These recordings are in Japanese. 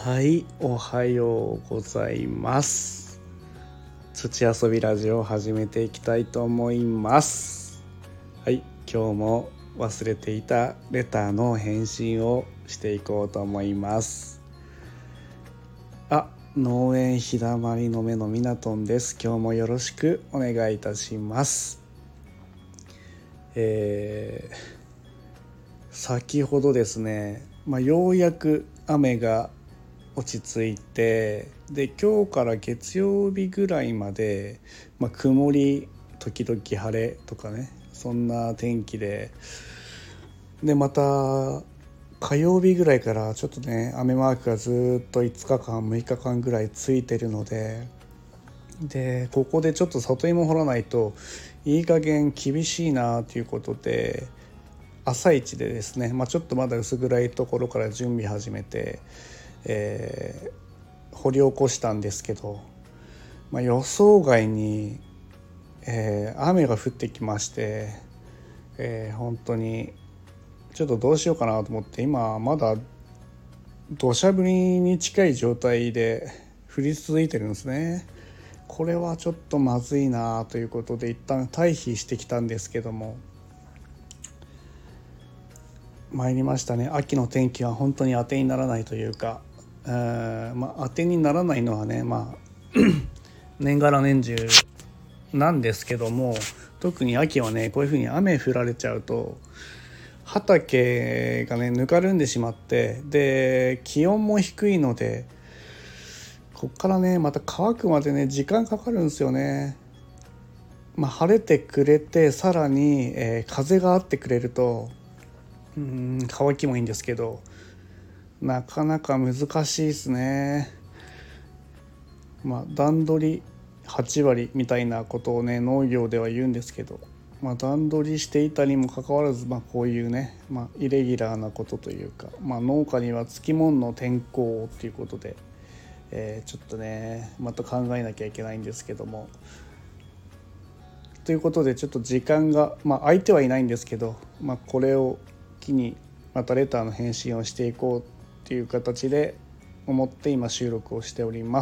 はい、おはようございます。土遊びラジオを始めていきたいと思います。はい、今日も忘れていたレターの返信をしていこうと思います。農園ひだまりの目のみなとんです。今日もよろしくお願いいたします。先ほどですね、ようやく雨が落ち着いて、で今日から月曜日ぐらいまで、曇り時々晴れとかね、そんな天気で、また火曜日ぐらいからちょっとね雨マークがずっと5日間6日間ぐらいついてるので、ここでちょっと里芋掘らないといい加減厳しいなということで、朝一でですね、ちょっとまだ薄暗いところから準備始めて、掘り起こしたんですけど、予想外に、雨が降ってきまして、本当にちょっとどうしようかなと思って、今まだ土砂降りに近い状態で降り続いてるんですね。これはちょっとまずいなということで一旦退避してきたんですけども、参りましたね。秋の天気は本当に当てにならないというか、当てにならないのはね、年がら年中なんですけども、特に秋はねこういう風に雨降られちゃうと畑がねぬかるんでしまって、で気温も低いので、こっからねまた乾くまでね時間かかるんですよね。晴れてくれてさらに、風があってくれると乾きもいいんですけど、なかなか難しいですね。段取り8割みたいなことをね農業では言うんですけど、段取りしていたにもかかわらず、こういうね、イレギュラーなことというか、農家にはつきもんの天候ということで、ちょっとねまた考えなきゃいけないんですけども、ということでちょっと時間が、空いてはいないんですけど、これを機にまたレターの返信をしていこうっていう形で思って今収録をしております。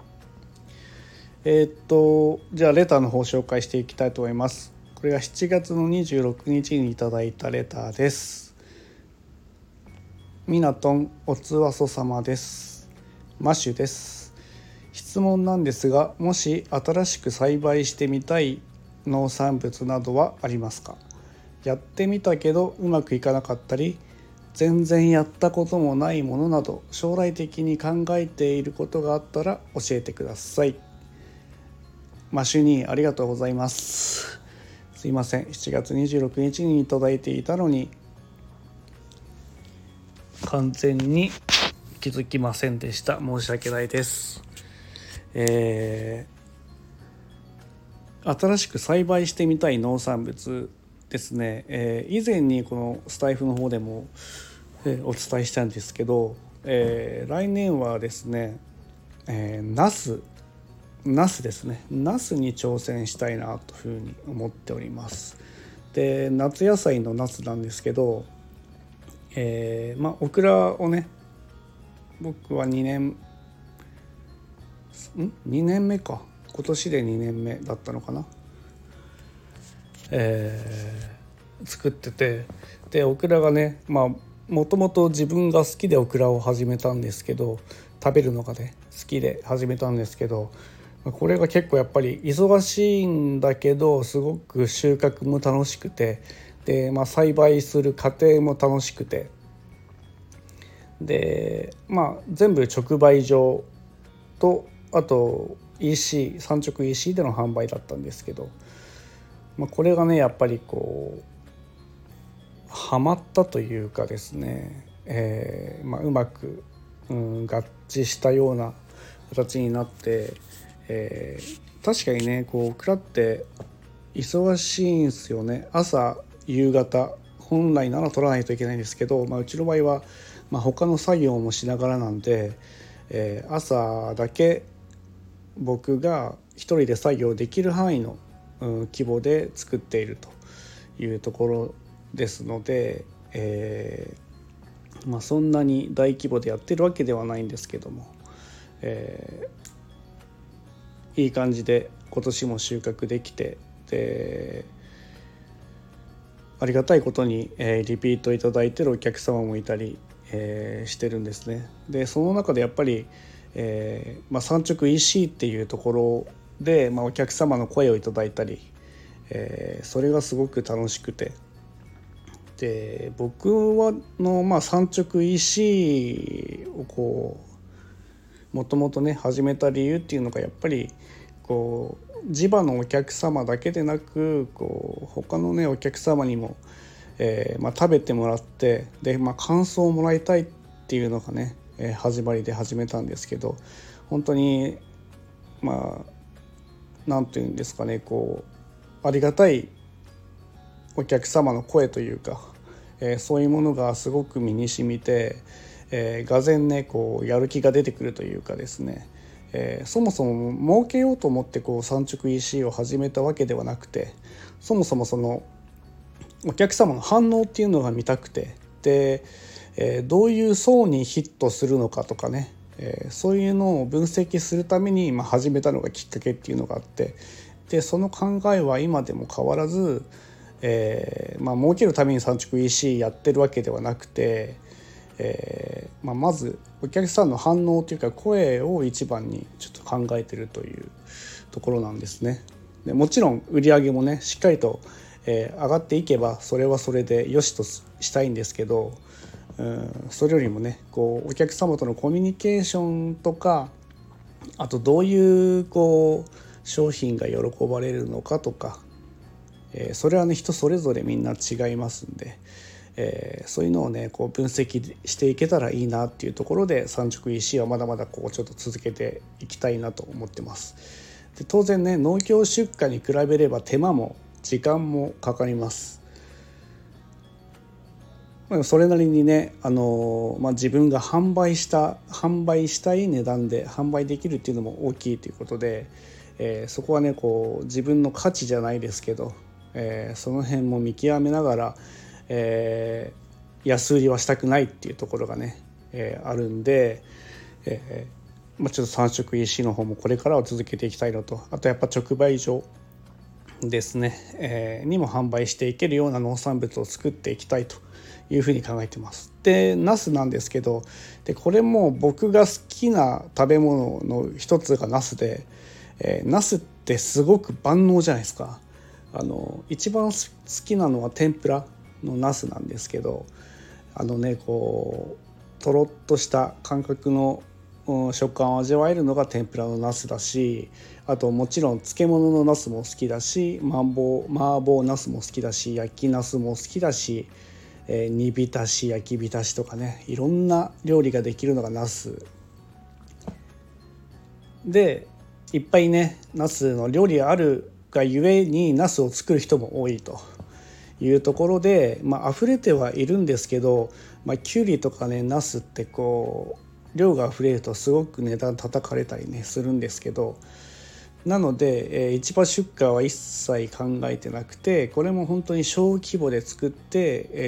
じゃあレターの方紹介していきたいと思います。これが7月の26日にいただいたレターです。みなとんおつわそ様です。マシュです。質問なんですが、もし新しく栽培してみたい農産物などはありますか？やってみたけどうまくいかなかったり、全然やったこともないものなど将来的に考えていることがあったら教えてください。マシュニーありがとうございます。すいません、7月26日にいただいていたのに完全に気づきませんでした。申し訳ないです。新しく栽培してみたい農産物ですね、以前にこのスタイフの方でも、お伝えしたんですけど、来年はですね、ナスですね。ナスに挑戦したいなというふうに思っております。で、夏野菜のナスなんですけど、オクラをね、僕は2年目か、今年で2年目だったのかな、作ってて、でオクラがね、もともと自分が好きでオクラを始めたんですけど、食べるのがね好きで始めたんですけど、これが結構やっぱり忙しいんだけどすごく収穫も楽しくて、で、栽培する過程も楽しくて、で全部直売所とあと EC 産直 EC での販売だったんですけど、これがねやっぱりこうハマったというかですね、うまく、合致したような形になって、確かにねこうオクラって忙しいんですよね。朝夕方本来なら取らないといけないんですけど、うちの場合は、他の作業もしながらなんで、朝だけ僕が一人で作業できる範囲の、規模で作っているというところですので、 そんなに大規模でやってるわけではないんですけども、いい感じで今年も収穫できて、でありがたいことに、リピートいただいてるお客様もいたり、してるんですね。でその中でやっぱり、産直 EC っていうところで、お客様の声をいただいたり、それがすごく楽しくて、で僕の、産直 EC をもともとね始めた理由っていうのがやっぱり地場のお客様だけでなく他のねお客様にも、食べてもらってで、感想をもらいたいっていうのがね、始まりで始めたんですけど、本当になんていうんですかね、ありがたいお客様の声というか、そういうものがすごく身に染みて、がぜんねやる気が出てくるというかですね、そもそも儲けようと思って産直 EC を始めたわけではなくて、そもそもそのお客様の反応っていうのが見たくて、で、どういう層にヒットするのかとかね、そういうのを分析するために始めたのがきっかけっていうのがあって、でその考えは今でも変わらず、儲けるために産直 EC やってるわけではなくて、まずお客さんの反応というか声を一番にちょっと考えてるというところなんですね。でもちろん売り上げもねしっかりと、上がっていけばそれはそれでよしとしたいんですけど、それよりもねお客様とのコミュニケーションとか、あとどういう商品が喜ばれるのかとか、それはね人それぞれみんな違いますんで、そういうのをね分析していけたらいいなっていうところで産直 EC はまだまだちょっと続けていきたいなと思ってます。で当然ね農協出荷に比べれば手間も時間もかかります。それなりにね、自分が販売したい値段で販売できるっていうのも大きいということで、そこはね自分の価値じゃないですけど、その辺も見極めながら、安売りはしたくないっていうところがね、あるんで、ちょっと産直 EC の方もこれからは続けていきたいのと、あとやっぱ直売所ですね、にも販売していけるような農産物を作っていきたいというふうに考えてます。でナスなんですけど、でこれも僕が好きな食べ物の一つがナスで、ナスってすごく万能じゃないですか。一番好きなのは天ぷらのナスなんですけど、とろっとした感覚の食感を味わえるのが天ぷらのナスだし、あともちろん漬物のナスも好きだし、麻婆ナスも好きだし、焼きナスも好きだし、煮浸し焼き浸しとかね、いろんな料理ができるのがナスで、いっぱいねナスの料理があるがゆえにナスを作る人も多いというところで、溢れてはいるんですけど、きゅうりとかねナスって量が溢れるとすごく値段叩かれたりねするんですけど、なので、市場出荷は一切考えてなくて、これも本当に小規模で作って、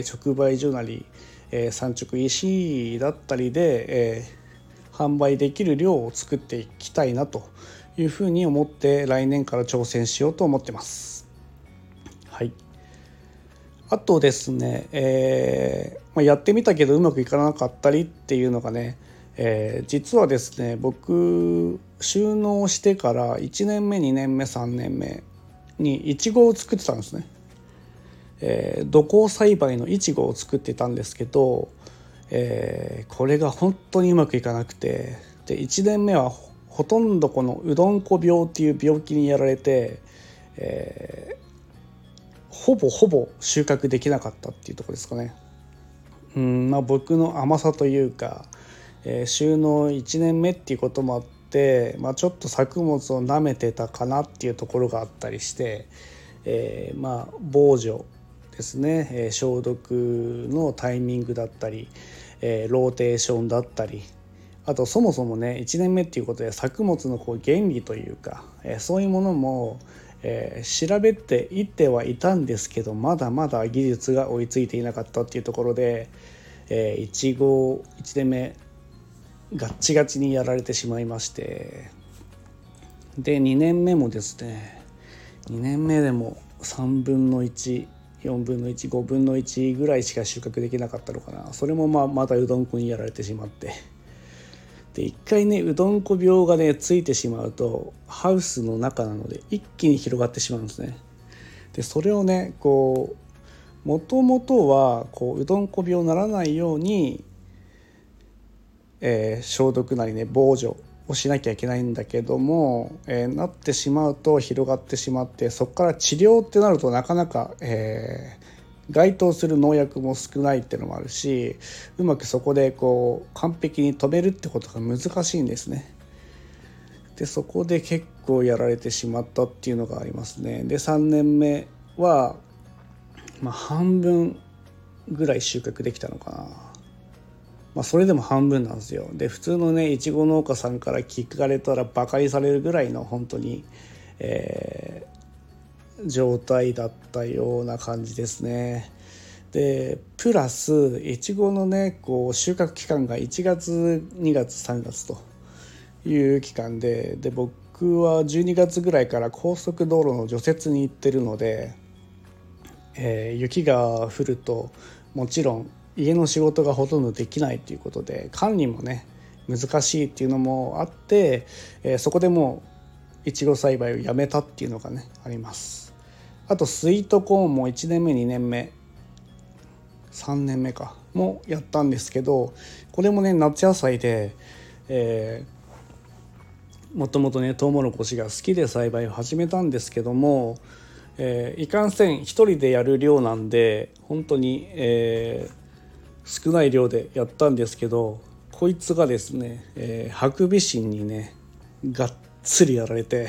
直売所なり、産直 EC だったりで、販売できる量を作っていきたいなというふうに思って来年から挑戦しようと思ってます。はい。あとですね、やってみたけどうまくいかなかったりっていうのがね、実はですね僕就農してから1年目2年目3年目にイチゴを作ってたんですね。土耕栽培のイチゴを作ってたんですけど、これが本当にうまくいかなくて、で1年目はほとんどこのうどんこ病っていう病気にやられて、ほぼ収穫できなかったっていうところですかね。僕の甘さというか、就農1年目っていうこともあって、ちょっと作物を舐めてたかなっていうところがあったりして、防除ですね、消毒のタイミングだったり、ローテーションだったり、あとそもそもね1年目っていうことで作物の原理というか、そういうものも、調べていってはいたんですけど、まだまだ技術が追いついていなかったっていうところで、 1号1年目ガッチガチにやられてしまいまして、で2年目もですね、2年目でも3分の1、4分の1、5分の1ぐらいしか収穫できなかったのかな。それもまたうどんこにやられてしまって、で一回ねうどんこ病がねついてしまうとハウスの中なので一気に広がってしまうんですね。でそれをねこうもともとはうどんこ病にならないように、消毒なりね防除をしなきゃいけないんだけども、なってしまうと広がってしまって、そこから治療ってなるとなかなか、該当する農薬も少ないっていうのもあるし、うまくそこで完璧に止めるってことが難しいんですね。でそこで結構やられてしまったっていうのがありますね。で3年目は、半分ぐらい収穫できたのかな。それでも半分なんですよ。で普通のねいちご農家さんから聞かれたらバカにされるぐらいの本当に、状態だったような感じですね。でプラスいちごのね収穫期間が1月2月3月という期間で、僕は12月ぐらいから高速道路の除雪に行ってるので、雪が降るともちろん家の仕事がほとんどできないということで管理もね難しいっていうのもあって、そこでもういちご栽培をやめたっていうのがねあります。あとスイートコーンも1年目2年目3年目かもやったんですけど、これもね夏野菜で、もともとねトウモロコシが好きで栽培を始めたんですけども、いかんせん一人でやる量なんで本当に、少ない量でやったんですけど、こいつがですね、ハクビシンにねがっつりやられて、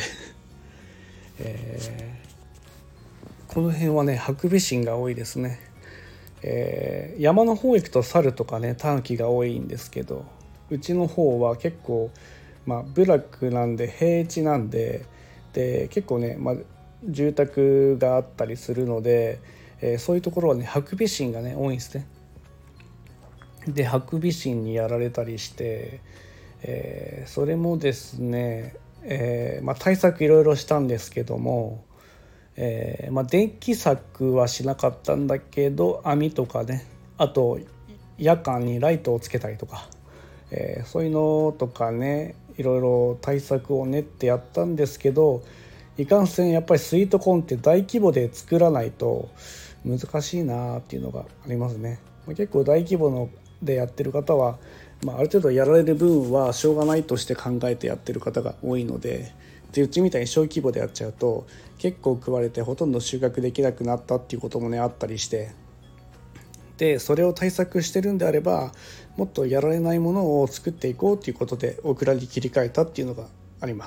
この辺はねハクビシンが多いですね。山の方行くと猿とかねタヌキが多いんですけど、うちの方は結構、部落なんで平地なんで、結構ね、住宅があったりするので、そういうところはねハクビシンがね多いんですね。でハクビシンにやられたりして、それもですね、対策いろいろしたんですけども、電気柵はしなかったんだけど網とかね、あと夜間にライトをつけたりとか、そういうのとかねいろいろ対策を練ってやったんですけど、いかんせんやっぱりスイートコーンって大規模で作らないと難しいなっていうのがありますね。結構大規模のでやってる方は、ある程度やられる分はしょうがないとして考えてやってる方が多いので、うちみたいに小規模でやっちゃうと結構食われてほとんど収穫できなくなったっていうこともねあったりして、でそれを対策してるんであればもっとやられないものを作っていこうということでオクラに切り替えたっていうのがあります。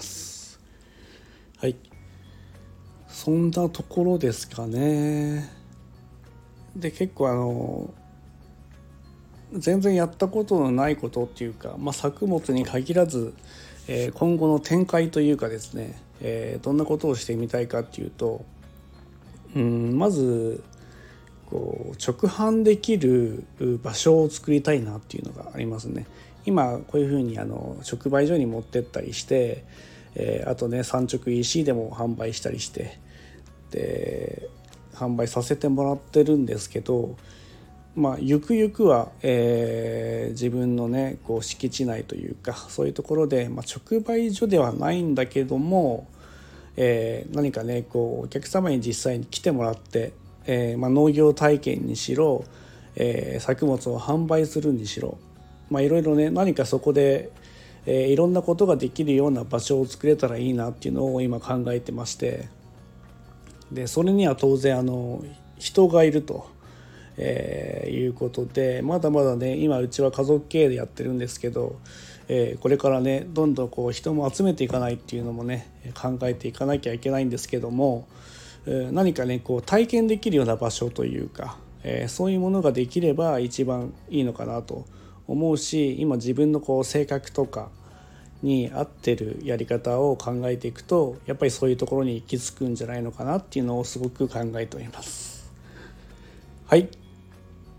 はい、そんなところですかね。で結構全然やったことのないことっていうか、作物に限らず、今後の展開というかですね、どんなことをしてみたいかっていうと、まず直販できる場所を作りたいなっていうのがありますね。今こういうふうに直売所に持ってったりして、あとね産直 EC でも販売したりして、で販売させてもらってるんですけど、ゆくゆくは、自分のね敷地内というかそういうところで、直売所ではないんだけども、何かねお客様に実際に来てもらって、農業体験にしろ、作物を販売するにしろ、いろいろね何かそこで、いろんなことができるような場所を作れたらいいなっていうのを今考えてまして、でそれには当然人がいると、いうことで、まだまだね今うちは家族経営でやってるんですけど、これからねどんどん人も集めていかないっていうのもね考えていかなきゃいけないんですけども、何かね体験できるような場所というか、そういうものができれば一番いいのかなと思うし、今自分の性格とかに合ってるやり方を考えていくとやっぱりそういうところに行き着くんじゃないのかなっていうのをすごく考えております。はい、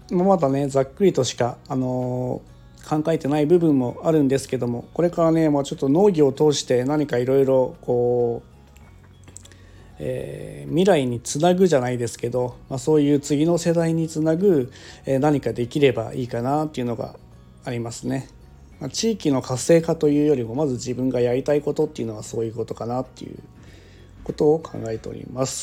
まだねざっくりとしか考えてない部分もあるんですけども、これからね、ちょっと農業を通して何かいろいろこう、未来につなぐじゃないですけど、そういう次の世代につなぐ、何かできればいいかなっていうのがありますね。地域の活性化というよりもまず自分がやりたいことっていうのはそういうことかなっていうことを考えております。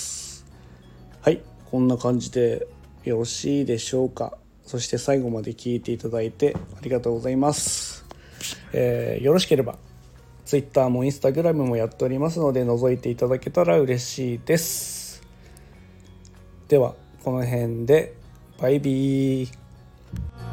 はい、こんな感じでよろしいでしょうか。そして最後まで聞いていただいてありがとうございます。よろしければ Twitter も Instagram もやっておりますので覗いていただけたら嬉しいです。ではこの辺でバイビー。